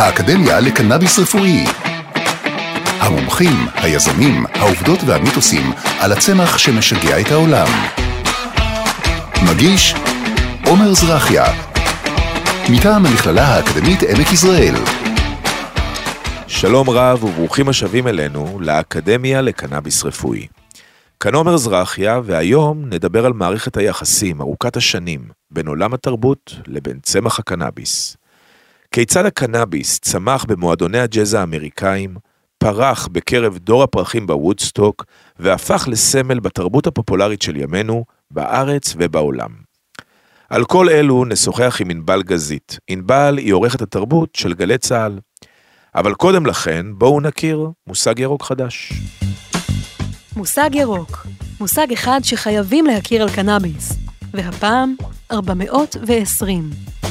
האקדמיה לקנאביס רפואי. המומחים, היזמים, העובדות והמיתוסים על הצמח שמשגע את העולם. מגיש עומר זרחיה, מטעם המכללה האקדמית עמק יזרעאל. שלום רב וברוכים השבים אלינו לאקדמיה לקנאביס רפואי. כאן עומר זרחיה, והיום נדבר על מערכת היחסים ארוכת השנים בין עולם התרבות לבין צמח הקנאביס. כיצד הקנאביס צמח במועדוני הג'אז האמריקאים, פרח בקרב דור הפרחים בוודסטוק, והפך לסמל בתרבות הפופולרית של ימינו, בארץ ובעולם. על כל אלו נשוחח עם ענבל גזית. ענבל היא עורכת התרבות של גלי צהל. אבל קודם לכן, בואו נכיר מושג ירוק חדש. מושג ירוק, מושג אחד שחייבים להכיר על קנאביס, והפעם 420.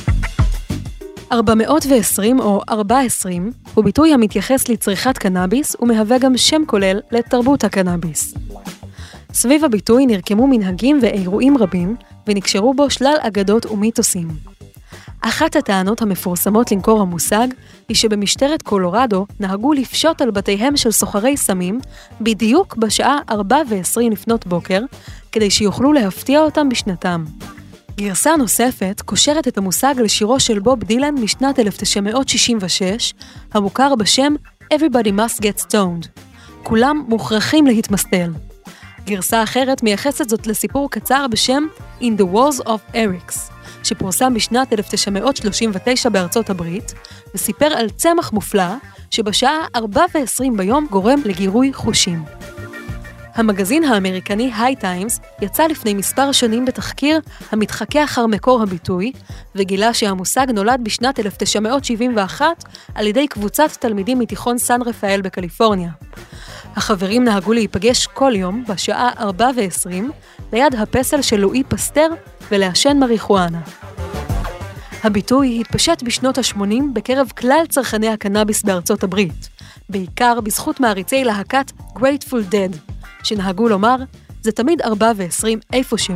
420 או 420 הוא ביטוי המתייחס לצריכת קנאביס ומהווה גם שם כולל לתרבות הקנאביס. סביב הביטוי נרקמו מנהגים ואירועים רבים ונקשרו בו שלל אגדות ומיתוסים. אחת הטענות המפורסמות לנקור המושג היא שבמשטרת קולורדו נהגו לפשוט על בתיהם של סוחרי סמים בדיוק בשעה 4:20 לפנות בוקר כדי שיוכלו להפתיע אותם בשנתם. גרסה נוספת קושרת את המושג לשירו של בוב דילן משנת 1966, המוכר בשם Everybody Must Get Stoned. כולם מוכרחים להתמסטל. גרסה אחרת מייחסת זאת לסיפור קצר בשם In the Wars of Eryx, שפורסם בשנת 1939 בארצות הברית, וסיפר על צמח מופלא שבשעה 4:20 ביום גורם לגירוי חושים. המגזין האמריקני היי טיימס יצא לפני מספר שנים בתחקיר המתחקה אחר מקור הביטוי, וגילה שהמושג נולד בשנת 1971 על ידי קבוצת תלמידים מתיכון סן רפאל בקליפורניה. החברים נהגו להיפגש כל יום בשעה 4:20 ליד הפסל של לואי פסטר ולעשן מריחואנה. הביטוי התפשט בשנות ה-80 בקרב כלל צרכני הקנאביס בארצות הברית, בעיקר בזכות מעריצי להקת Grateful Dead, שנהגו לומר, זה תמיד 4:20 איפשהו.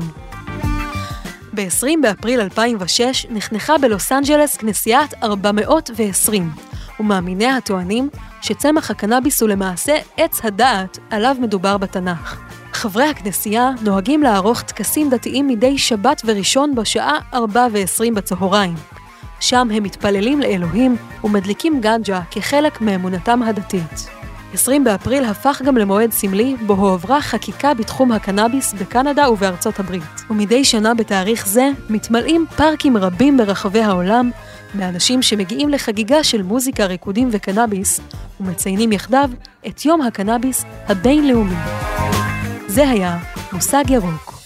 ב-20 באפריל 2006 נחנכה בלוס אנג'לס כנסיית 420, ומאמיניה טוענים שצמח הקנאביס הוא למעשה עץ הדעת עליו מדובר בתנ"ך. חברי הכנסייה נוהגים לערוך טקסים דתיים מדי שבת וראשון בשעה 4:20 בצהריים. שם הם מתפללים לאלוהים ומדליקים גנג'ה כחלק מאמונתם הדתית. 20 באפריל הפך גם למועד סמלי בו הועברה חקיקה בתחום הקנאביס בקנדה ובארצות הברית. ומדי שנה בתאריך זה מתמלאים פארקים רבים ברחבי העולם מאנשים שמגיעים לחגיגה של מוזיקה, ריקודים וקנאביס ומציינים יחדיו את יום הקנאביס הבינלאומי. זה היה מושג ירוק.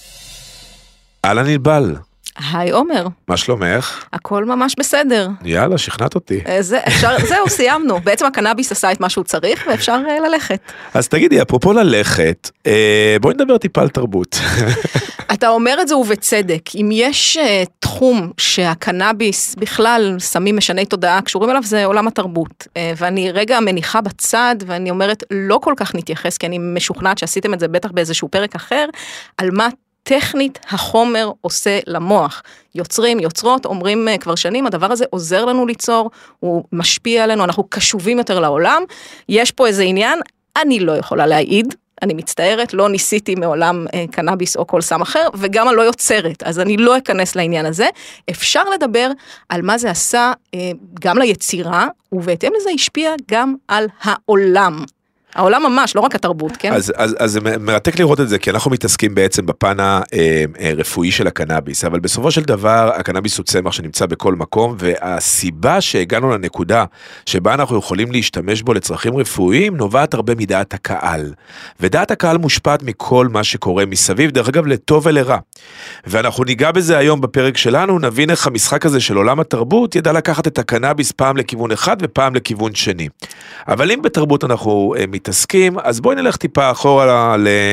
אהלן ענבל. היי עומר. מה שלומך? הכל ממש בסדר. יאללה, שכנעת אותי. זהו, סיימנו. בעצם הקנאביס עשה את מה שהוא צריך, ואפשר ללכת. אז תגידי, אפרופו ללכת, בואי נדבר טיפה על תרבות. אתה אומר את זה ובצדק. אם יש תחום שהקנאביס בכלל סמים משני תודעה קשורים אליו, זה עולם התרבות. ואני רגע מניחה בצד, ואני אומרת, לא כל כך נתייחס, כי אני משוכנעת שעשיתם את זה בטח באיזשהו פרק אחר, על מה טכנית החומר עושה למוח. יוצרים, יוצרות, אומרים כבר שנים, הדבר הזה עוזר לנו ליצור, הוא משפיע עלינו, אנחנו קשובים יותר לעולם. יש פה איזה עניין, אני לא יכולה להעיד, אני מצטערת, לא ניסיתי מעולם קנאביס או כל סם אחר, וגם אני לא יוצרת, אז אני לא אכנס לעניין הזה. אפשר לדבר על מה זה עשה גם ליצירה, ובהתאם לזה השפיע גם על העולם. העולם ממש, לא רק התרבות, כן? אז זה מרתק לראות את זה, כי אנחנו מתעסקים בעצם בפן הרפואי של הקנאביס, אבל בסופו של דבר, הקנאביס הוא צמח שנמצא בכל מקום, והסיבה שהגענו לנקודה שבה אנחנו יכולים להשתמש בו לצרכים רפואיים, נובעת הרבה מדעת הקהל. ודעת הקהל מושפעת מכל מה שקורה מסביב, דרך אגב, לטוב ולרע. ואנחנו ניגע בזה היום בפרק שלנו, נבין איך המשחק הזה של עולם התרבות, ידע לקחת את הקנאביס פעם לכיוון אחד ופעם לכיוון שני. אבל אם בתרבות אנחנו מתעסקים, אז בואי נלך טיפה אחורה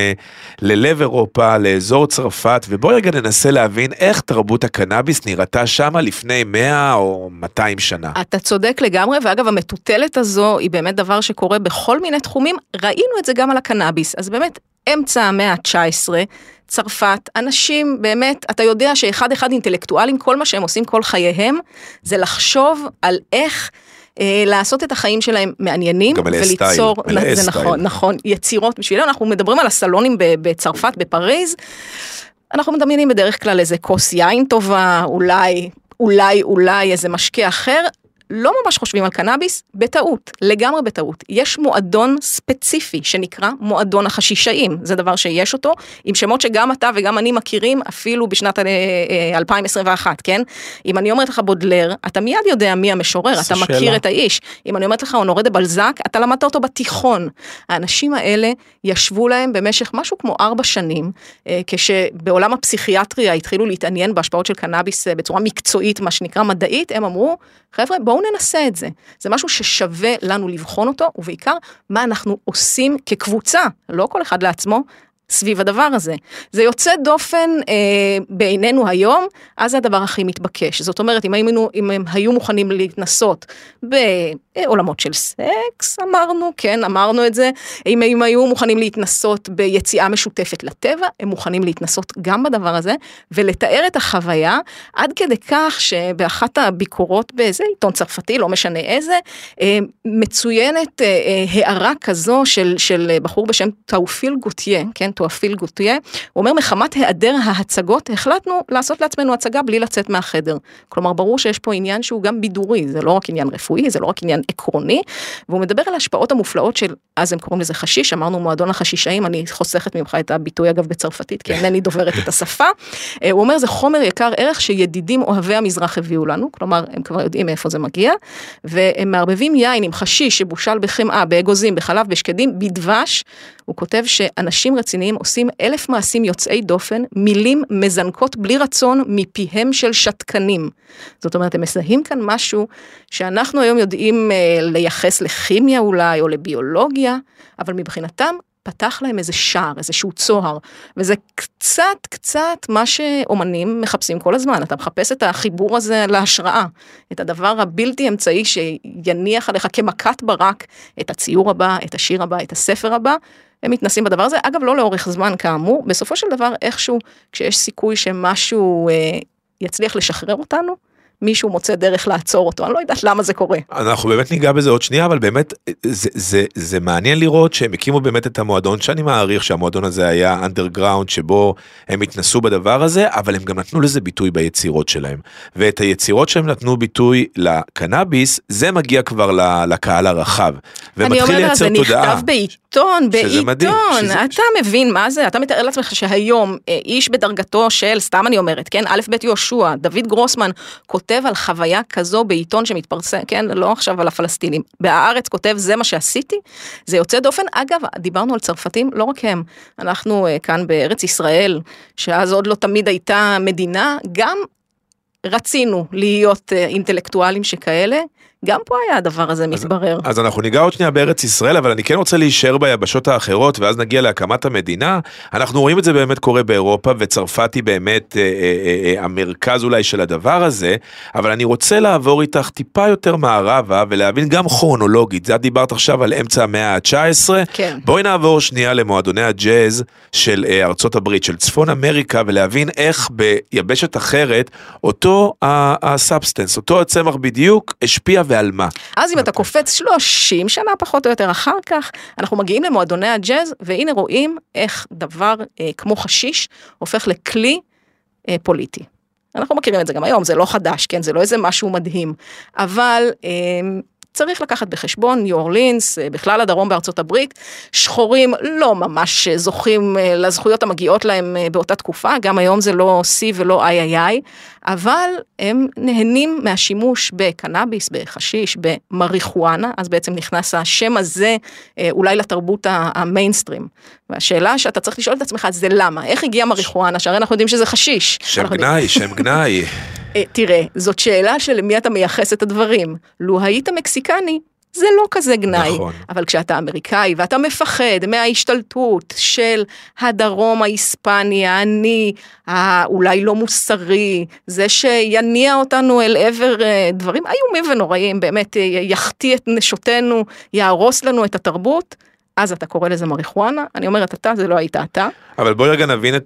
ללב אירופה, לאזור צרפת, ובואי רגע ננסה להבין איך תרבות הקנאביס נראתה שמה לפני 100 או 200 שנה. אתה צודק לגמרי, ואגב המטוטלת הזו היא באמת דבר שקורה בכל מיני תחומים, ראינו את זה גם על הקנאביס, אז באמת אמצע המאה ה-19, צרפת, אנשים באמת, אתה יודע שאחד אינטלקטואלים, כל מה שהם עושים כל חייהם, זה לחשוב על איך לעשות את החיים שלהם מעניינים, וליצור, זה נכון, יצירות בשבילנו, אנחנו מדברים על הסלונים בצרפת, בפריז, אנחנו מדמיינים בדרך כלל איזה כוס יין טובה, אולי איזה משקה אחר, לא ממש חושבים על קנאביס, בטעות, לגמרי בטעות. יש מועדון ספציפי שנקרא מועדון החשישאים, זה דבר שיש אותו, עם שמות שגם אתה וגם אני מכירים, אפילו בשנת 2021, כן? אם אני אומרת לך בודלר, אתה מיד יודע מי המשורר, אתה מכיר את האיש. אם אני אומרת לך אונורי דה בלזק, אתה למדת אותו בתיכון. האנשים האלה ישבו להם במשך משהו כמו 4 שנים, כשבעולם הפסיכיאטריה התחילו להתעניין בהשפעות של קנאביס בצורה מקצועית, מה שנקרא מדעית, הם אמרו, חבר'ה, בואו ננסה את זה. זה משהו ששווה לנו לבחון אותו, ובעיקר מה אנחנו עושים כקבוצה, לא כל אחד לעצמו, סביב הדבר הזה. זה יוצא דופן בעינינו היום, אז זה הדבר הכי מתבקש. זאת אומרת, אם הם היו מוכנים להתנסות בעולמות של סקס, אמרנו את זה, אם הם היו מוכנים להתנסות ביציאה משותפת לטבע, הם מוכנים להתנסות גם בדבר הזה, ולתאר את החוויה, עד כדי כך שבאחת הביקורות באיזה עיתון צרפתי, לא משנה איזה, מצוינת הערה כזו של בחור בשם תאופיל גוטיה, כן? תואפיל גוטיה, הוא אומר, מחמת היעדר ההצגות, החלטנו לעשות לעצמנו הצגה בלי לצאת מהחדר. כלומר, ברור שיש פה עניין שהוא גם בידורי, זה לא רק עניין רפואי, זה לא רק עניין עקרוני, והוא מדבר על ההשפעות המופלאות של, אז הם קוראים לזה חשיש, אמרנו מועדון החשישאים, אני חוסכת ממך את הביטוי אגב בצרפתית, כי אינני דוברת את השפה. הוא אומר, זה חומר יקר ערך שידידים אוהבי המזרח הביאו לנו, כלומר, הם כבר יודעים מאיפה זה מגיע, והם מערבבים יין עם חשיש שבושל בחמאה, באגוזים, בחלב, בשקדים, בדבש. הוא כותב שאנשים רציניים עושים 1000 מעשים יוצאי דופן, מילים מזנקות בלי רצון מפיהם של שתקנים. זאת אומרת, הם מזהים כאן משהו שאנחנו היום יודעים לייחס לכימיה אולי, או לביולוגיה, אבל מבחינתם פתח להם איזה שער, איזשהו צוהר, וזה קצת מה שאומנים מחפשים כל הזמן, אתה מחפש את החיבור הזה להשראה, את הדבר הבלתי אמצעי שיניח עליך כמכת ברק, את הציור הבא, את השיר הבא, את הספר הבא, הם מתנסים בדבר הזה, אגב לא לאורך זמן כאמור, בסופו של דבר איכשהו, כשיש סיכוי שמשהו יצליח לשחרר אותנו, מישהו מוצא דרך לעצור אותו, אני לא יודעת למה זה קורה. אנחנו באמת ניגע בזה עוד שנייה, אבל באמת זה מעניין לראות שהם הקימו באמת את המועדון, שאני מעריך שהמועדון הזה היה אנדרגראונד, שבו הם התנסו בדבר הזה, אבל הם גם נתנו לזה ביטוי ביצירות שלהם. ואת היצירות שהם נתנו ביטוי לקנאביס, זה מגיע כבר לקהל הרחב. אני אומרת, זה נכתב בעיתון, אתה מבין מה זה? אתה מתאר לעצמך שהיום איש בדרגתו של, סתם אני אומרת, כן, א' ב' יהושע, דוד גרוסמן, כותב על חוויה כזו בעיתון שמתפרסם, כן, לא עכשיו על הפלסטינים. בהארץ כותב, זה מה שעשיתי, זה יוצא דופן. אגב, דיברנו על צרפתים, לא רק הם. אנחנו כאן בארץ ישראל, שאז עוד לא תמיד הייתה מדינה, גם רצינו להיות אינטלקטואלים שכאלה, גם פה היה הדבר הזה מתברר. אז אנחנו ניגע עוד שנייה בארץ ישראל, אבל אני כן רוצה להישאר ביבשות האחרות, ואז נגיע להקמת המדינה. אנחנו רואים את זה באמת קורה באירופה, וצרפת היא באמת המרכז אולי של הדבר הזה, אבל אני רוצה לעבור איתך טיפה יותר מערבה, ולהבין גם כרונולוגית, זה את דיברת עכשיו על אמצע המאה ה-19, כן. בואי נעבור שנייה למועדוני הג'אז של ארצות הברית, של צפון אמריקה, ולהבין איך ביבשת אחרת, אותו הסאבסטנס, אותו הצמח בדיוק, השפיע ועל מה. אז אם אתה קופץ 30 שנה פחות או יותר אחר כך, אנחנו מגיעים למועדוני הג'אז, והנה רואים איך דבר כמו חשיש הופך לכלי פוליטי. אנחנו מכירים את זה גם היום, זה לא חדש, כן? זה לא איזה משהו מדהים, אבל צריך לקחת בחשבון, ניו אורלינס, בכלל הדרום בארצות הברית, שחורים לא ממש זוכים לזכויות המגיעות להם באותה תקופה, גם היום זה לא C ולא III, אבל הם נהנים מהשימוש בקנאביס, בחשיש, במריחואנה, אז בעצם נכנס השם הזה אולי לתרבות המיינסטרים. והשאלה שאתה צריך לשאול את עצמך זה למה? איך הגיע מריחואנה? שהרי אנחנו יודעים שזה חשיש. שם גנאי. תראה, זאת שאלה של מי אתה מייחס את הדברים. לו היית מקסיקני, זה לא כזה גנאי. נכון. אבל כשאתה אמריקאי ואתה מפחד מההשתלטות של הדרום ההיספני, העני, אולי לא מוסרי, זה שיניע אותנו אל עבר דברים איומים ונוראים, באמת יחטיא את נשותנו, יהרוס לנו את התרבות, אז אתה קורא לזה מריחואנה, אני אומרת אתה, זה לא היית אתה. אבל בואי רגע נבין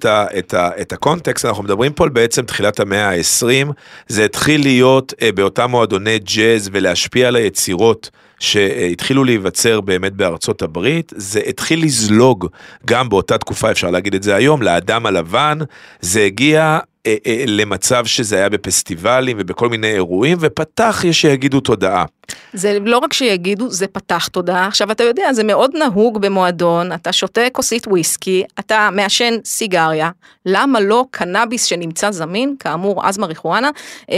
את הקונטקסט, אנחנו מדברים פה בעצם תחילת המאה ה-20, זה התחיל להיות באותם מועדוני ג'אז ולהשפיע על היצירות שהתחילו להיווצר באמת בארצות הברית, זה התחיל לזלוג גם באותה תקופה, אפשר להגיד את זה היום, לאדם הלבן, זה הגיע למצב שזה היה בפסטיבלים ובכל מיני אירועים, ופתח יש שיגידו תודעה. זה לא רק שיגידו, זה פתח תודעה. עכשיו אתה יודע, זה מאוד נהוג במועדון, אתה שותה כוסית וויסקי, אתה מעשן סיגריה, למה לא קנאביס שנמצא זמין, כאמור אז מריחואנה,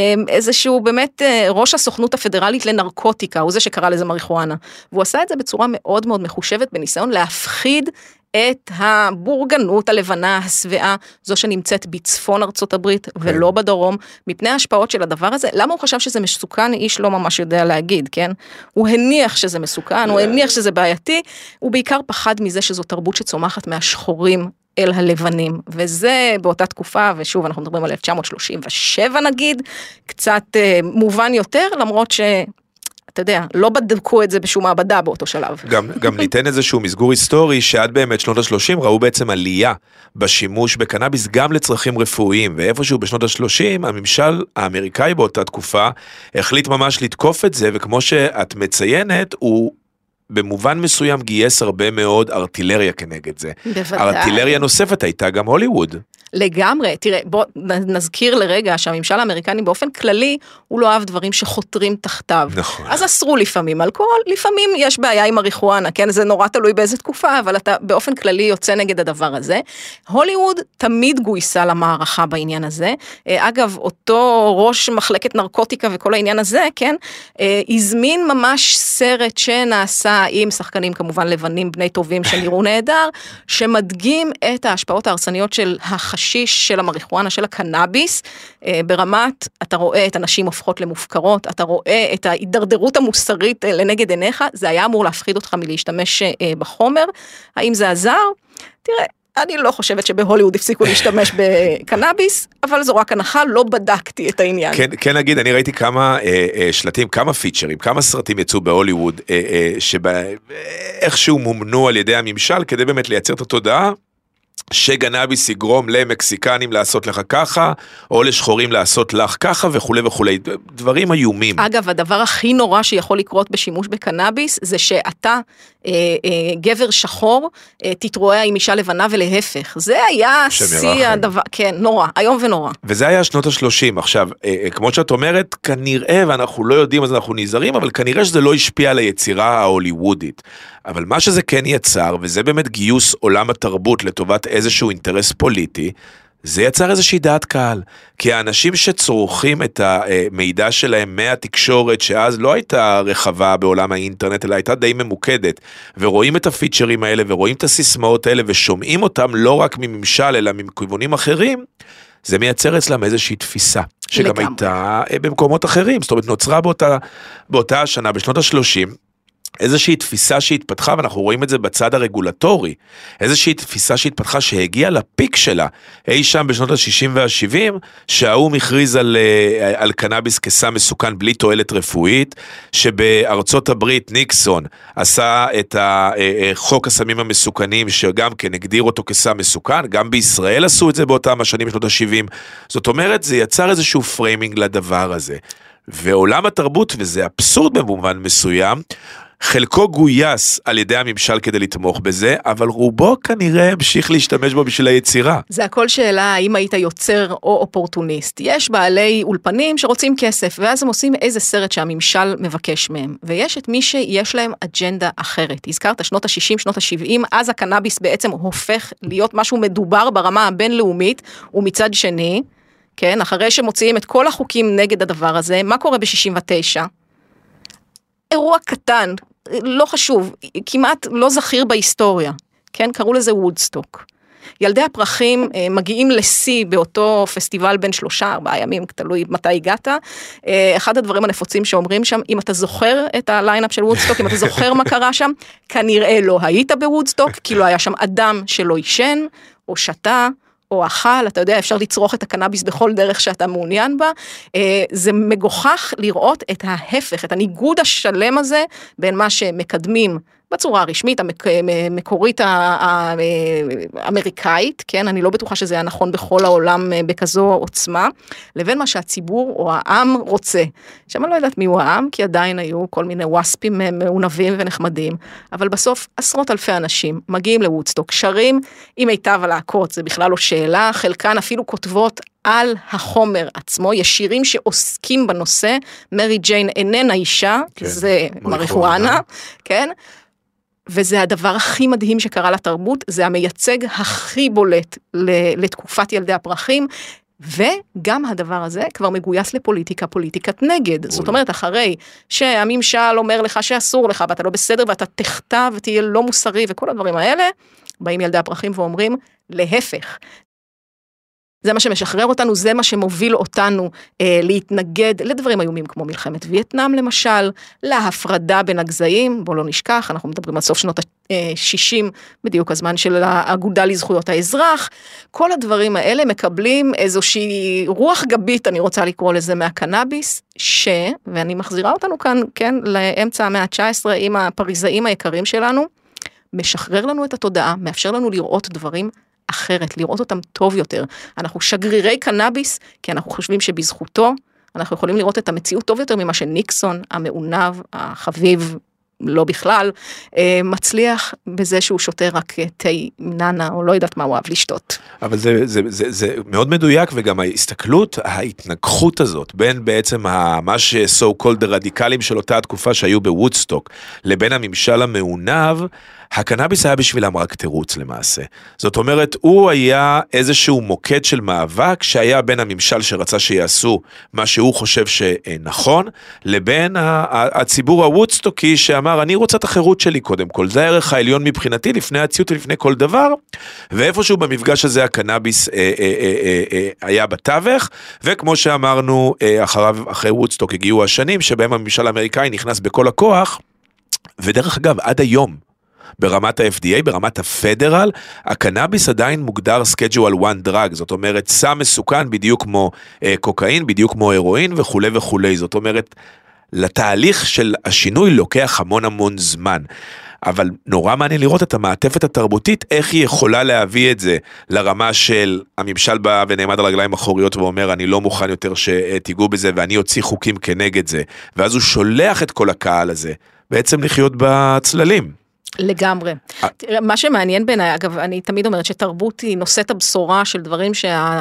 איזשהו באמת ראש הסוכנות הפדרלית לנרקוטיקה, הוא זה שקרא לזה מריחואנה, והוא עשה את זה בצורה מאוד מאוד מחושבת, בניסיון להפחיד את הבורגנות הלבנה השבעה, זו שנמצאת בצפון ארצות הברית ולא בדרום, מפני ההשפעות של הדבר הזה. למה הוא חשב שזה מסוכן? איש לא ממש יודע להגיד, כן? הוא הניח שזה מסוכן, הוא הניח שזה בעייתי, הוא בעיקר פחד מזה שזו תרבות שצומחת מהשחורים אל הלבנים, וזה באותה תקופה, ושוב אנחנו מדברים על 1937 נגיד, קצת מובן יותר, למרות אתה יודע, לא בדקו את זה בשום מעבדה באותו שלב. גם ניתן איזשהו מסגור היסטורי, שעד באמת שנות ה-30 ראו בעצם עלייה בשימוש בקנאביס גם לצרכים רפואיים, ואיפשהו בשנות ה-30 הממשל האמריקאי באותה תקופה החליט ממש לתקוף את זה, וכמו שאת מציינת, הוא במובן מסוים גייס הרבה מאוד ארטילריה כנגד זה. בוודאי. ארטילריה נוספת הייתה גם הוליווד. לגמרי, תראה, בוא נזכיר לרגע שהממשל האמריקני באופן כללי, הוא לא אוהב דברים שחותרים תחתיו. נכון. אז אסרו לפעמים אלכוהול, לפעמים יש בעיה עם מריחואנה, כן? זה נורא תלוי באיזה תקופה, אבל אתה באופן כללי יוצא נגד הדבר הזה. הוליווד תמיד גויסה למערכה בעניין הזה. אגב, אותו ראש מחלקת נרקוטיקה וכל העניין הזה, כן? הזמין ממש סרט שנעשה עם שחקנים כמובן לבנים בני טובים שנראו נהדר, שמדגים את ההשפעות ההרסניות של החשיש, של המריחואנה, של הקנאביס, ברמת, אתה רואה את הנשים הופכות למופקרות, אתה רואה את ההידרדרות המוסרית לנגד עיניך, זה היה אמור להפחיד אותך מלהשתמש בחומר. האם זה עזר? תראה, אני לא חושבת שבהוליווד הפסיקו להשתמש בקנאביס, אבל זו רק הנחה, לא בדקתי את העניין. כן נגיד, אני ראיתי כמה שלטים, כמה פיצ'רים, כמה סרטים יצאו בהוליווד, שאיכשהו מומנו על ידי הממשל, כדי באמת לייצר את התודעה, שגנאביס יגרום למקסיקנים לעשות לך ככה, או לשחורים לעשות לך ככה, וכו' וכו'. דברים איומים. אגב, הדבר הכי נורא שיכול לקרות בשימוש בקנאביס, זה שאתה, גבר שחור, תתרועע עם אישה לבנה ולהפך. זה היה שיא הדבר, כן, נורא, היום ונורא. וזה היה שנות ה-30. עכשיו, כמו שאת אומרת, כנראה, ואנחנו לא יודעים, אז אנחנו נזהרים, אבל כנראה שזה לא השפיע על היצירה ההוליוודית. אבל מה שזה כן יצר, וזה באמת גיוס עולם התרבות לטובת איזשהו אינטרס פוליטי, זה יצר איזושהי דעת קהל. כי האנשים שצורכים את המידע שלהם מהתקשורת, שאז לא הייתה רחבה בעולם האינטרנט, אלא הייתה די ממוקדת, ורואים את הפיצ'רים האלה, ורואים את הסיסמאות האלה, ושומעים אותם לא רק מממשל, אלא מכיוונים אחרים, זה מייצר אצלם איזושהי תפיסה, שגם הייתה במקומות אחרים. זאת אומרת, נוצרה באותה השנה, בשנות ה-30, איזושהי תפיסה שהתפתחה, ואנחנו רואים את זה בצד הרגולטורי, איזושהי תפיסה שהתפתחה שהגיעה לפיק שלה, אי שם בשנות ה-60 וה-70, שהאום הכריז על קנאביס כסם מסוכן בלי תועלת רפואית, שבארצות הברית ניקסון עשה את חוק הסמים המסוכנים, שגם כן הגדיר אותו כסם מסוכן, גם בישראל עשו את זה באותם השנים בשנות ה-70, זאת אומרת, זה יצר איזשהו פריימינג לדבר הזה. ועולם התרבות, וזה אבסורד במובן מסוים, חלקו גויס על ידי הממשל כדי לתמוך בזה, אבל רובו כנראה המשיך להשתמש בו בשביל היצירה. זה הכל שאלה, האם היית יוצר או אופורטוניסט. יש בעלי אולפנים שרוצים כסף, ואז הם עושים איזה סרט שהממשל מבקש מהם. ויש את מי שיש להם אג'נדה אחרת. הזכרת שנות ה-60, שנות ה-70, אז הקנאביס בעצם הופך להיות משהו מדובר ברמה הבינלאומית, ומצד שני, כן, אחרי שמוציאים את כל החוקים נגד הדבר הזה, מה קורה ב-69? אירוע קטן, לא חשוב, כמעט לא זכיר בהיסטוריה, כן, קראו לזה וודסטוק. ילדי הפרחים מגיעים לשיא באותו פסטיבל בין 3-4 ימים, תלוי מתי הגעת. אחד הדברים הנפוצים שאומרים שם, אם אתה זוכר את הליינאפ של וודסטוק, אם אתה זוכר מה קרה שם, כנראה לא היית בוודסטוק, כי לא היה שם אדם שלא ישן או שתה, או אכל, אתה יודע, אפשר לצרוך את הקנאביס בכל דרך שאתה מעוניין בה, זה מגוחך לראות את ההפך, את הניגוד השלם הזה, בין מה שמקדמים בצורה הרשמית, המקורית האמריקאית, כן, אני לא בטוחה שזה היה נכון בכל העולם בכזו עוצמה, לבין מה שהציבור או העם רוצה. עכשיו אני לא יודעת מי הוא העם, כי עדיין היו כל מיני ווספים מעונבים ונחמדים, אבל בסוף עשרות אלפי אנשים מגיעים לוודסטוק, שרים עם מיטב הלהקות, זה בכלל לא שאלה, חלקן אפילו כותבות על החומר עצמו, יש שירים שעוסקים בנושא, מרי ג'יין איננה אישה, כן, זה מריחואנה, כן, וזה הדבר הכי מדהים שקרה לתרבות, זה המייצג הכי בולט לתקופת ילדי הפרחים, וגם הדבר הזה כבר מגויס לפוליטיקה, פוליטיקת נגד. זאת אומרת, אחרי שהממשל אומר לך שאסור לך, ואתה לא בסדר, ואתה תחטא ותהיה לא מוסרי, וכל הדברים האלה, באים ילדי הפרחים ואומרים, להפך. זה מה שמשחרר אותנו, זה מה שמוביל אותנו להתנגד לדברים איומים כמו מלחמת וייטנאם למשל, להפרדה בין הגזעים, בוא לא נשכח, אנחנו מדברים על סוף שנות ה-60, בדיוק הזמן של האגודה לזכויות האזרח, כל הדברים האלה מקבלים איזושהי רוח גבית, אני רוצה לקרוא לזה מהקנאביס, ואני מחזירה אותנו כאן, כן, לאמצע המאה ה-19 עם הפריזאים היקרים שלנו, משחרר לנו את התודעה, מאפשר לנו לראות דברים אחרת, לראות אותם טוב יותר. אנחנו שגרירי קנאביס, כי אנחנו חושבים שבזכותו, אנחנו יכולים לראות את המציאות טוב יותר ממה שניקסון, המעונב, החביב, לא בכלל, מצליח בזה שהוא שותה רק תה ננה, או לא יודעת מה הוא אוהב לשתות. אבל זה מאוד מדויק, וגם ההסתכלות, ההתנגחות הזאת, בין בעצם מה ש-so called הרדיקלים של אותה התקופה שהיו בוודסטוק, לבין הממשל המעונב, הקנאביס היה בשבילם רק תירוץ למעשה. זאת אומרת, הוא היה איזשהו מוקד של מאבק שהיה בין הממשל שרצה שיעשו מה שהוא חושב שנכון, לבין הציבור הוודסטוקי שאמר, אני רוצה את החירות שלי קודם כל, זה הערך העליון מבחינתי, לפני הציות ולפני כל דבר, ואיפשהו במפגש הזה הקנאביס היה בתווך, וכמו שאמרנו, אחרי וודסטוק הגיעו השנים, שבהם הממשל האמריקאי נכנס בכל הכוח, ודרך אגב, עד היום, ברמת ה-FDA, ברמת הפדרל, הקנאביס עדיין מוגדר schedule 1 drug, זאת אומרת, סם מסוכן בדיוק כמו קוקאין, בדיוק כמו הרואין וכו' וכו'. זאת אומרת, לתהליך של השינוי לוקח המון זמן. אבל נורא מעניין לראות את המעטפת התרבותית, איך היא יכולה להביא את זה לרמה של הממשל בא ונעמד על רגליים אחוריות ואומר, אני לא מוכן יותר שתיגעו בזה, ואני אוציא חוקים כנגד זה. ואז הוא שולח את כל הקהל הזה, בעצם לחיות בצללים. לגמרי. מה שמעניין בעיניי, אגב, אני תמיד אומרת שתרבות היא נושאת הבשורה של דברים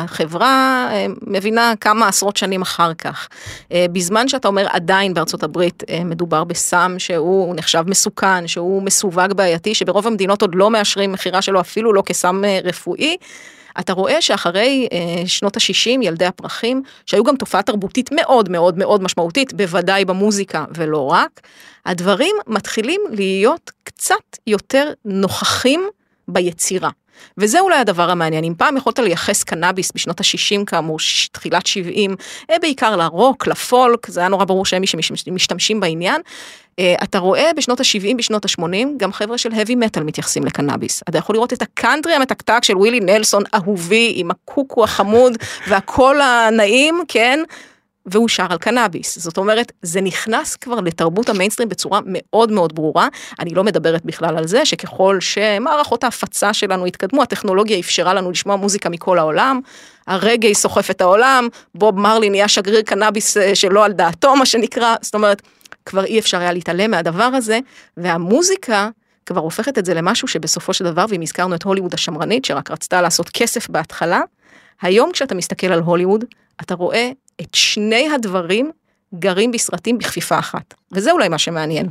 שהחברה מבינה כמה עשרות שנים אחר כך. בזמן שאתה אומר עדיין בארצות הברית מדובר בסם שהוא נחשב מסוכן, שהוא מסווג בעייתי, שברוב המדינות עוד לא מאשרים מחירה שלו אפילו לא כסם רפואי, אתה רואה שאחרי שנות ה-60, ילדי הפרחים, שהיו גם תופעה תרבותית מאוד משמעותית, בוודאי במוזיקה ולא רק, הדברים מתחילים להיות קצת יותר נוכחים ביצירה. וזה אולי הדבר המעניין. אם פעם יכולת לייחס קנאביס בשנות ה-60 כאמור, תחילת 70, בעיקר לרוק, לפולק, זה היה נורא ברור שהם משתמשים בעניין, אתה רואה בשנות ה-70, בשנות ה-80, גם חבר'ה של heavy metal מתייחסים לקנאביס. אתה יכול לראות את הקאנטרי המתקתק של ווילי נלסון, אהובי, עם הקוקו החמוד, והכל הנעים, כן? והוא שר על קנאביס. זאת אומרת, זה נכנס כבר לתרבות המיינסטרים בצורה מאוד ברורה. אני לא מדברת בכלל על זה, שככל שמערכות ההפצה שלנו התקדמו, הטכנולוגיה אפשרה לנו לשמוע מוזיקה מכל העולם, הרגעי סוחף את העולם, בוב מרלי נהיה שגריר קנאביס שלא על דעתו, מה שנקרא. זאת אומרת, כבר אי אפשר היה להתעלם מהדבר הזה, והמוזיקה כבר הופכת את זה למשהו שבסופו של דבר, ואם הזכרנו את הוליווד השמרנית, שרק רצתה לעשות כסף בהתחלה, היום כשאתה מסתכל על הוליווד, אתה רואה את שני הדברים גרים בסרטים בכפיפה אחת. וזה אולי מה שמעניין.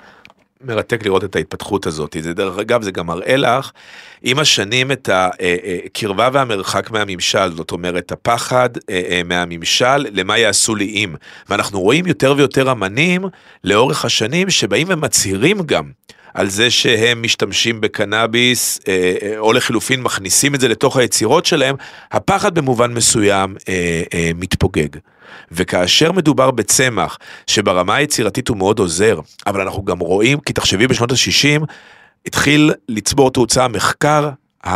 מרתק לראות את ההתפתחות הזאת. זה דרך אגב, זה גם מראה לך, עם השנים את הקרבה והמרחק מהממשל, זאת אומרת, הפחד מהממשל, למה יעשו לי אם. ואנחנו רואים יותר ויותר אמנים, לאורך השנים, שבאים ומצהירים גם, על זה שהם משתמשים בקנאביס, או לחילופין מכניסים את זה לתוך היצירות שלהם, הפחד במובן מסוים מתפוגג. וכאשר מדובר בצמח, שברמה היצירתית הוא מאוד עוזר, אבל אנחנו גם רואים, כי תחשבי בשנות ה-60, התחיל לצבור תאוצה המחקר,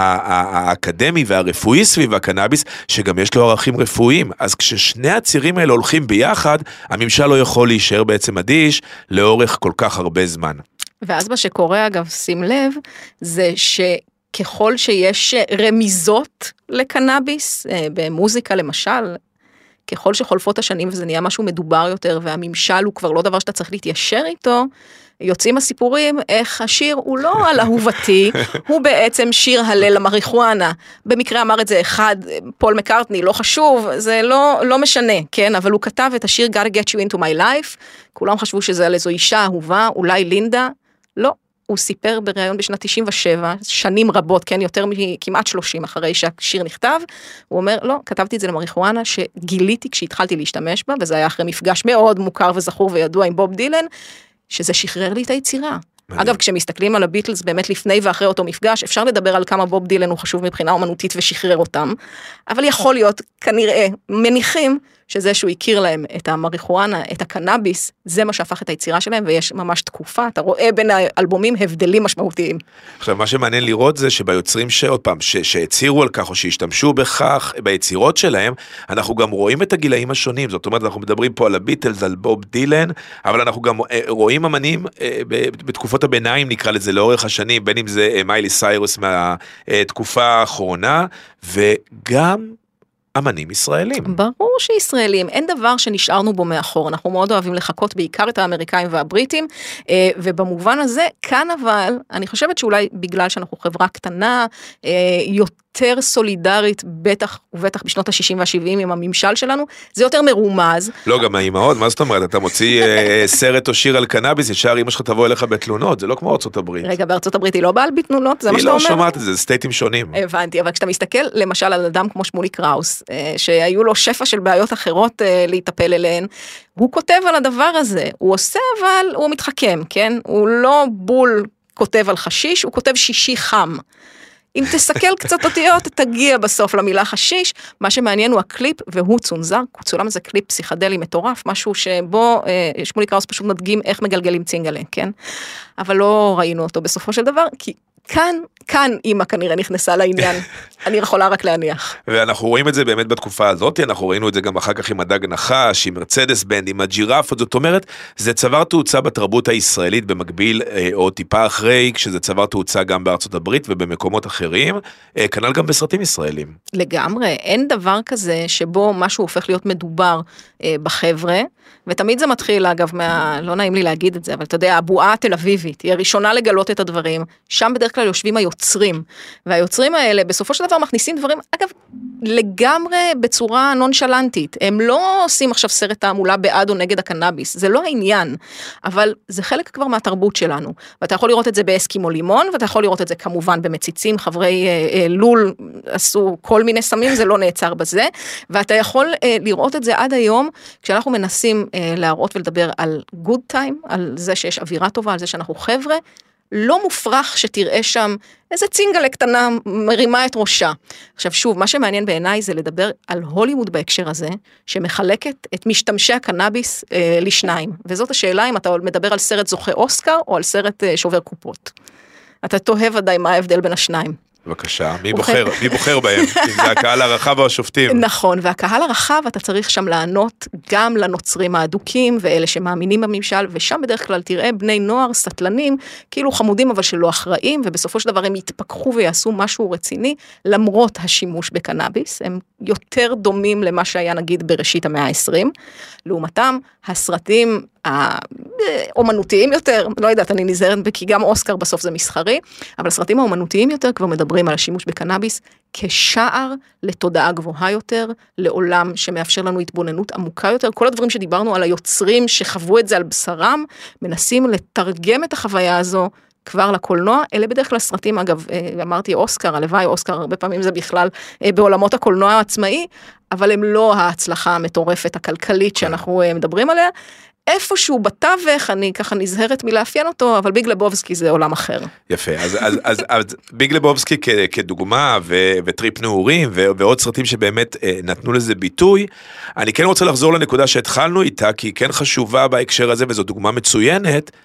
האקדמי והרפואי סביב הקנאביס, שגם יש לו ערכים רפואיים, אז כששני הצירים האלה הולכים ביחד, הממשל לא יכול להישאר בעצם אדיש, לאורך כל כך הרבה זמן. ואז מה שקורה, אגב, שים לב, זה שככל שיש רמיזות לקנאביס, במוזיקה למשל, ככל שחולפות השנים וזה נהיה משהו מדובר יותר, והממשל הוא כבר לא דבר שאתה צריך להתיישר איתו, יוצאים הסיפורים איך השיר הוא לא על אהובתי, הוא בעצם שיר הלל למריחואנה. במקרה אמר את זה אחד, פול מקארטני, לא חשוב, זה לא משנה, כן? אבל הוא כתב את השיר Gotta Get You Into My Life, כולם חשבו שזה על איזו אישה אהובה, אולי לינדה, לא. הוא סיפר בריאיון בשנת 97, שנים רבות, כן, יותר מכמעט 30 אחרי שהשיר נכתב, הוא אומר, לא, כתבתי את זה למריחואנה, שגיליתי כשהתחלתי להשתמש בה, וזה היה אחרי מפגש מאוד מוכר וזכור וידוע עם בוב דילן, שזה שחרר לי את היצירה. אגב, כשמסתכלים על הביטלס באמת לפני ואחרי אותו מפגש, אפשר לדבר על כמה בוב דילן הוא חשוב מבחינה אומנותית ושחרר אותם, אבל יכול להיות, כנראה, מניחים שזה שהוא הכיר להם את המריחואנה, את הקנאביס, זה מה שהפך את היצירה שלהם, ויש ממש תקופה, אתה רואה בין האלבומים הבדלים משמעותיים. עכשיו, מה שמעניין לראות זה שביוצרים שעוד פעם, שהצירו על כך או שהשתמשו בכך ביצירות שלהם, אנחנו גם רואים את הגילאים השונים, זאת אומרת, אנחנו מדברים פה על הביטלס, על בוב דילן, אבל אנחנו גם רואים אמנים בתקופות הביניים, נקרא לזה לאורך השנים, בין אם זה מיילי סיירוס מהתקופה האחרונה, וגם אמנים ישראלים. ברור שישראלים, אין דבר שנשארנו בו מאחור, אנחנו מאוד אוהבים לחכות בעיקר את האמריקאים והבריטים, ובמובן הזה, כאן אבל, אני חושבת שאולי בגלל שאנחנו חברה קטנה, יותר סולידרית, בטח ובטח בשנות ה-60 וה-70 עם הממשל שלנו, זה יותר מרומז. לא, גם האמהות, מה זאת אומרת? אתה מוציא סרט או שיר על קנאביס, ישר אמא שלך תבוא אליך בתלונות, זה לא כמו ארצות הברית. רגע, בארצות הברית היא לא באה על בתלונות, זה מה שאתה אומר? היא לא שומעת את זה, זה סטייטים שונים. הבנתי, אבל כשאתה מסתכל למשל על אדם כמו שמולי קראוס, שהיו לו שפע של בעיות אחרות להיטפל אליהן, הוא כותב על הדבר הזה, הוא עושה אבל הוא מתחכם, כן? הוא לא בול כותב על חשיש, הוא כותב שישי חם. אם תסתכל קצת אותיות, תגיע בסוף למילה חשיש, מה שמעניין הוא הקליפ, והוא צונזר, צולם זה קליפ פסיכדלי מטורף, משהו שבו שמולי קראוס פשוט מדגים איך מגלגלים צינגלה, כן? אבל לא ראינו אותו בסופו של דבר, כי כאן אמא כנראה נכנסה לעניין, אני יכולה רק להניח. ואנחנו רואים את זה באמת בתקופה הזאת, אנחנו ראינו את זה גם אחר כך עם הדג נחש, עם מרצדס בנד, עם הג'ירפות, זאת אומרת, זה צבר תאוצה בתרבות הישראלית במקביל, או טיפה אחרי, כשזה צבר תאוצה גם בארצות הברית ובמקומות אחרים, כנ"ל גם בסרטים ישראלים. לגמרי, אין דבר כזה שבו משהו הופך להיות מדובר בחבר'ה, ותמיד זה מתחיל, אגב, לא נעים לי להגיד את זה, אבל אתה יודע, הבועה התל אביבית, היא הראשונה לגלות את הדברים, שם בדרך כלל יושבים היוצרים, והיוצרים האלה בסופו של דבר מכניסים דברים, אגב, לגמרי בצורה נונשלנטית, הם לא עושים עכשיו סרט תעמולה בעד או נגד הקנאביס, זה לא העניין, אבל זה חלק כבר מהתרבות שלנו, ואתה יכול לראות את זה באסקימו לימון, ואתה יכול לראות את זה כמובן במציצים, חברי לול עשו כל מיני סמים, זה לא נעצר בזה, ואתה יכול לראות את זה עד היום, כשאנחנו מנסים להראות ולדבר על good time, על זה שיש אווירה טובה, על זה שאנחנו חבר'ה, לא מופרך שתראה שם איזה צינגלה קטנה מרימה את ראשה. עכשיו שוב, מה שמעניין בעיניי זה לדבר על הוליווד בהקשר הזה, שמחלקת את משתמשי הקנאביס לשניים. וזאת השאלה אם אתה מדבר על סרט זוכה אוסקר, או על סרט שובר קופות. אתה תוהה ודאי מה ההבדל בין השניים. בבקשה, מי בוחר בהם? אם זה הקהל הרחב או השופטים. נכון, והקהל הרחב אתה צריך שם לענות גם לנוצרים האדוקים, ואלה שמאמינים בממשל, ושם בדרך כלל תראה בני נוער, סטלנים, כאילו חמודים אבל שלא אחראים, ובסופו של דבר הם יתפכחו ויעשו משהו רציני, למרות השימוש בקנאביס, הם יותר דומים למה שהיה נגיד בראשית המאה ה-20, לעומתם הסרטים האומנותיים יותר, לא יודעת, אני נזהרת, כי גם אוסקר בסוף זה מסחרי, אבל הסרטים האומנותיים יותר כבר מדברים על השימוש בקנאביס כשער לתודעה גבוהה יותר, לעולם שמאפשר לנו התבוננות עמוקה יותר, כל הדברים שדיברנו על היוצרים שחוו את זה על בשרם, מנסים לתרגם את החוויה הזו כבר לקולנוע, אלה בדרך כלל סרטים, אגב, אמרתי אוסקר, הלוואי אוסקר, הרבה פעמים זה בכלל בעולמות הקולנוע העצמאי, אבל הם לא ההצלחה המטורפת הכלכלית שאנחנו מדברים עליה, איפשהו בתווך, אני ככה נזהרת מלאפיין אותו, אבל ביג לבובסקי זה עולם אחר. יפה, אז ביג לבובסקי כדוגמה, וטריפ נעורים, ועוד סרטים שבאמת נתנו לזה ביטוי, אני כן רוצה לחזור לנקודה שהתחלנו איתה, כי היא כן חשובה בהקשר הזה, וזו דוגמה מצוינת,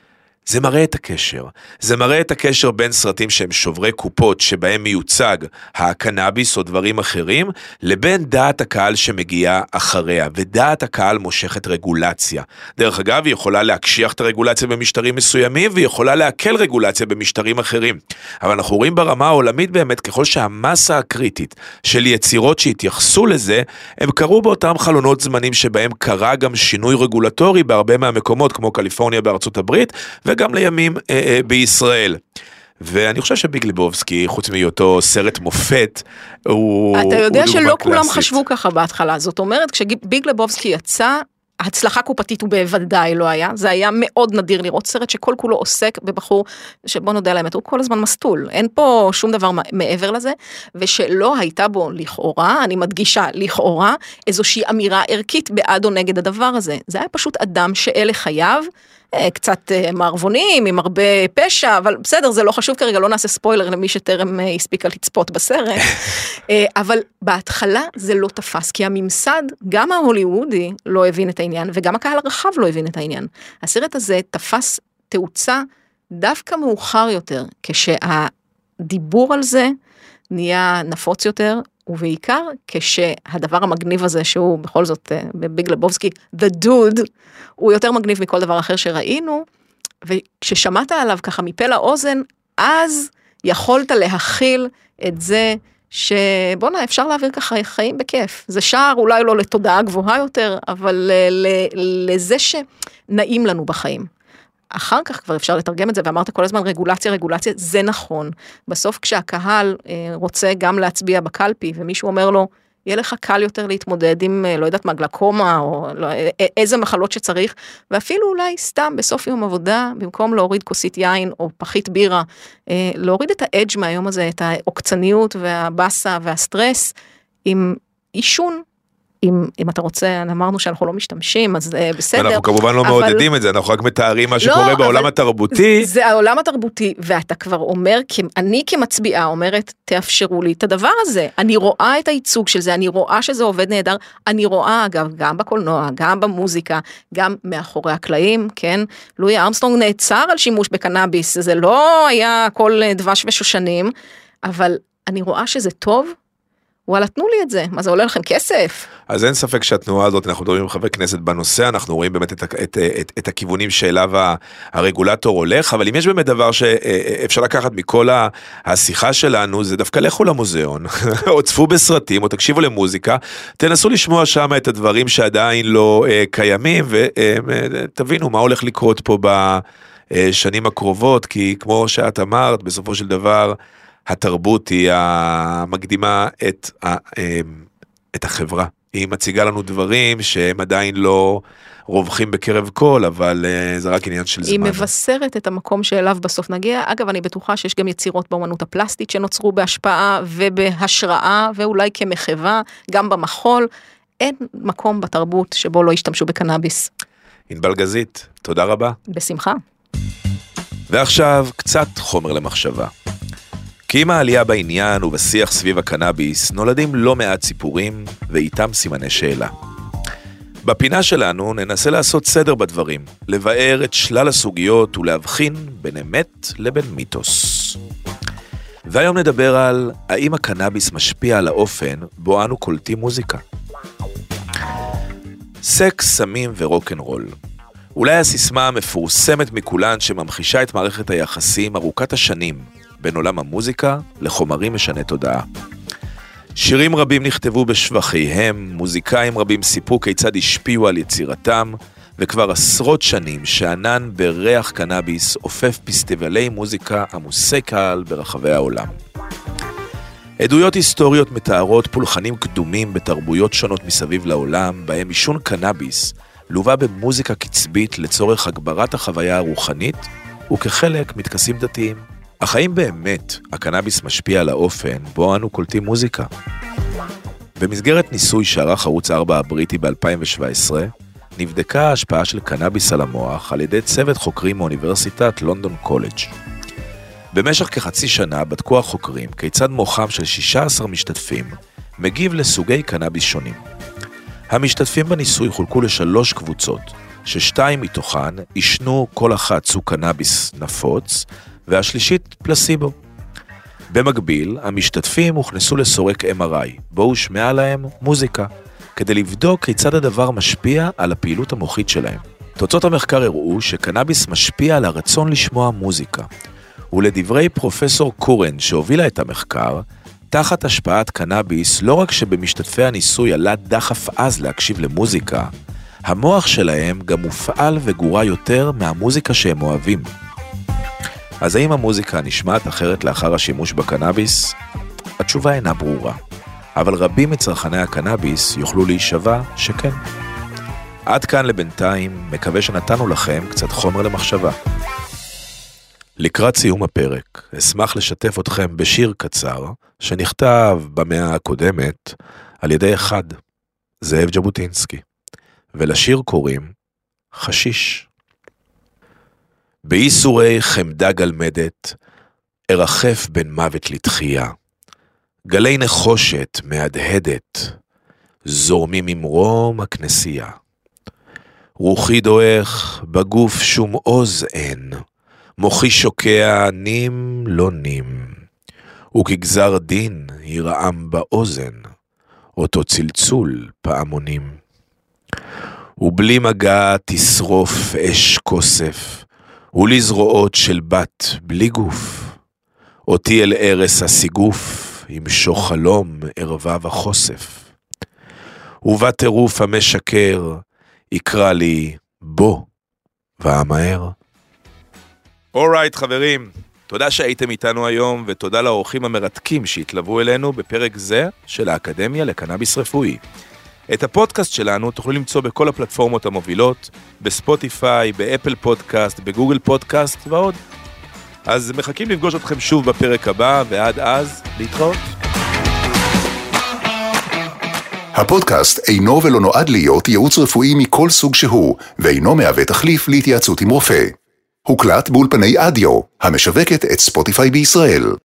זה מראה את הקשר. זה מראה את הקשר בין סרטים שהם שוברי קופות, שבהם מיוצג הקנאביס או דברים אחרים, לבין דעת הקהל שמגיעה אחריה, ודעת הקהל מושכת רגולציה. דרך אגב, היא יכולה להקשיח את הרגולציה במשטרים מסוימים, והיא יכולה להקל רגולציה במשטרים אחרים. אבל אנחנו רואים ברמה העולמית באמת, ככל שהמסה הקריטית של יצירות שהתייחסו לזה, הם קרו באותם חלונות זמנים שבהם קרה גם שינוי רגולטורי בהרבה מהמקומות, כמו קליפורניה בארצות הברית, וגם לימים בישראל. ואני חושב שביג לבובסקי, חוץ מהיותו סרט מופת, הוא אתה יודע שלא קלאסית. כולם חשבו ככה בהתחלה, זאת אומרת, כשביג לבובסקי יצא, הצלחה קופתית הוא בוודאי לא היה, זה היה מאוד נדיר לראות סרט שכל כולו עוסק בבחור, שבוא נודע לאמת, הוא כל הזמן מסטול, אין פה שום דבר מעבר לזה, ושלא הייתה בו לכאורה, אני מדגישה לכאורה, איזושהי אמירה ערכית בעד או נגד הדבר הזה, זה היה פשוט אדם שאלה חייו, קצת מערבונים, עם הרבה פשע, אבל בסדר, זה לא חשוב כרגע, לא נעשה ספוילר למי שטרם הספיקה לצפות בסרט, אבל בהתחלה זה לא תפס, כי הממסד, גם ההוליוודי לא הבין את העניין, וגם הקהל הרחב לא הבין את העניין. הסרט הזה תפס תאוצה דווקא מאוחר יותר, כשהדיבור על זה נהיה נפוץ יותר, ובעיקר כשהדבר המגניב הזה, שהוא בכל זאת בביג לבובסקי, The Dude, הוא יותר מגניב מכל דבר אחר שראינו, וכששמעת עליו ככה מפה לאוזן, אז יכולת להכיל את זה, שבונה, אפשר להעביר ככה חיים בכיף. זה שער אולי לא לתודעה גבוהה יותר, אבל לזה שנעים לנו בחיים. אחר כך כבר אפשר לתרגם את זה, ואמרת כל הזמן רגולציה, רגולציה, זה נכון. בסוף כשהקהל רוצה גם להצביע בקלפי, ומישהו אומר לו, יהיה לך קל יותר להתמודד עם, לא יודעת מה, גלקומה, או איזה מחלות שצריך, ואפילו אולי סתם בסוף יום עבודה, במקום להוריד כוסית יין, או פחית בירה, להוריד את האדג' מהיום הזה, את העוקצניות, והבאסה, והסטרס, עם אישון, אם אתה רוצה, אמרנו שאנחנו לא משתמשים, אז בסדר. אנחנו כמובן לא מעודדים את זה, אנחנו רק מתארים מה שקורה בעולם התרבותי. זה העולם התרבותי, ואתה כבר אומר, אני כמצביעה אומרת, תאפשרו לי את הדבר הזה. אני רואה את הייצוג של זה, אני רואה שזה עובד נהדר, אני רואה אגב, גם בקולנוע, גם במוזיקה, גם מאחורי הקלעים, כן? לואי ארמסטרונג נעצר על שימוש בקנאביס, זה לא היה כל דבש ושושנים, אבל אני רואה שזה טוב, וואלה, תנו לי את זה, מה זה עולה לכם כסף? אז אין ספק שהתנועה הזאת, אנחנו מדברים עם חברי כנסת בנושא, אנחנו רואים באמת את הכיוונים שאליו הרגולטור הולך, אבל אם יש באמת דבר שאפשר לקחת מכל השיחה שלנו, זה דווקא לכו למוזיאון, או צפו בסרטים, או תקשיבו למוזיקה, תנסו לשמוע שם את הדברים שעדיין לא קיימים, ותבינו מה הולך לקרות פה בשנים הקרובות, כי כמו שאת אמרת, בסופו של דבר, התרבות היא המקדימה את החברה. היא מציגה לנו דברים שהם עדיין לא רווחים בקרב כל, אבל זה רק עניין של זמן. היא מבשרת את המקום שאליו בסוף נגיע. אגב, אני בטוחה שיש גם יצירות באמנות הפלסטית שנוצרו בהשפעה ובהשראה, ואולי כמחווה, גם במחול. אין מקום בתרבות שבו לא ישתמשו בקנאביס. ענבל גזית, תודה רבה. בשמחה. ועכשיו קצת חומר למחשבה. כי עם העלייה בעניין ובשיח סביב הקנאביס נולדים לא מעט סיפורים ואיתם סימני שאלה. בפינה שלנו ננסה לעשות סדר בדברים, לבאר את שלל הסוגיות ולהבחין בין אמת לבין מיתוס. והיום נדבר על האם הקנאביס משפיע על האופן בו אנו קולטים מוזיקה. סקס, סמים ורוק'נ'רול. אולי הסיסמה המפורסמת מכולן שממחישה את מערכת היחסים ארוכת השנים בין עולם המוזיקה לחומרים משני תודעה. שירים רבים נכתבו בשבחיהם, מוזיקאים רבים סיפרו כיצד השפיעו על יצירתם, וכבר עשרות שנים שענן בריח קנאביס אופף פסטיבלי מוזיקה עמוסי קהל ברחבי העולם. עדויות היסטוריות מתארות פולחנים קדומים בתרבויות שונות מסביב לעולם, בהם עישון קנאביס לווה במוזיקה קצבית לצורך הגברת החוויה הרוחנית, וכחלק מטקסים דתיים. אך האם באמת הקנאביס משפיע על האופן בו אנו קולטים מוזיקה? במסגרת ניסוי שערך ערוץ 4 הבריטי ב-2017, נבדקה ההשפעה של קנאביס על המוח על ידי צוות חוקרים מאוניברסיטת לונדון קולג'. במשך כחצי שנה בדקו החוקרים כיצד מוחם של 16 משתתפים מגיב לסוגי קנאביס שונים. המשתתפים בניסוי חולקו ל3 קבוצות, ששתיים מתוכן ישנו כל אחת סוג קנאביס נפוץ, והשלישית פלסיבו. במקביל, המשתתפים הוכנסו לסורק MRI, בו הושמעה להם מוזיקה, כדי לבדוק כיצד הדבר משפיע על הפעילות המוחית שלהם. תוצאות המחקר הראו שקנאביס משפיע על הרצון לשמוע מוזיקה, ולדברי פרופסור קורן שהובילה את המחקר, תחת השפעת קנאביס, לא רק שבמשתתפי הניסוי עלה דחף עז להקשיב למוזיקה, המוח שלהם גם מופעל וגורה יותר מהמוזיקה שהם אוהבים. אז האם המוזיקה נשמעת אחרת לאחר השימוש בקנאביס? התשובה אינה ברורה, אבל רבים מצרכני הקנאביס יוכלו להישבע שכן. עד כאן לבינתיים, מקווה שנתנו לכם קצת חומר למחשבה. לקראת סיום הפרק, אשמח לשתף אתכם בשיר קצר, שנכתב במאה הקודמת על ידי אחד, זאב ז'בוטינסקי, ולשיר קוראים חשיש. באיסורי חמדה גלמדת, ארחף בין מוות לתחייה, גלי נחושת מהדהדת, זורמים ממרום הכנסייה. רוחי דועך, בגוף שום עוז אין, מוחי שוקע נים לא נים, וכגזר דין ירעם באוזן, אותו צלצול פעמונים. ובלי מגע תשרוף אש כוסף, ולזרועות של בת בלי גוף, אותי אל ערס הסיגוף, ימשוך חלום ערבה וחושף. ובטירוף המשקר, יקרא לי בוא ואמהר. אורייט חברים, תודה שהייתם איתנו היום, ותודה לאורחים המרתקים שהתלוו אלינו בפרק זה של האקדמיה לקנאביס רפואי. את הפודקאסט שלנו תוכלו למצוא בכל הפלטפורמות המובילות, בספוטיפיי, באפל פודקאסט, בגוגל פודקאסט ועוד. אז מחכים לפגוש אתכם שוב בפרק הבא, ועד אז, להתראות. הפודקאסט אינו ולא נועד להיות ייעוץ רפואי מכל סוג שהוא, ואינו מהווה תחליף להתייעצות עם רופא. הוקלט באולפני אדיו, המשווקת את ספוטיפיי בישראל.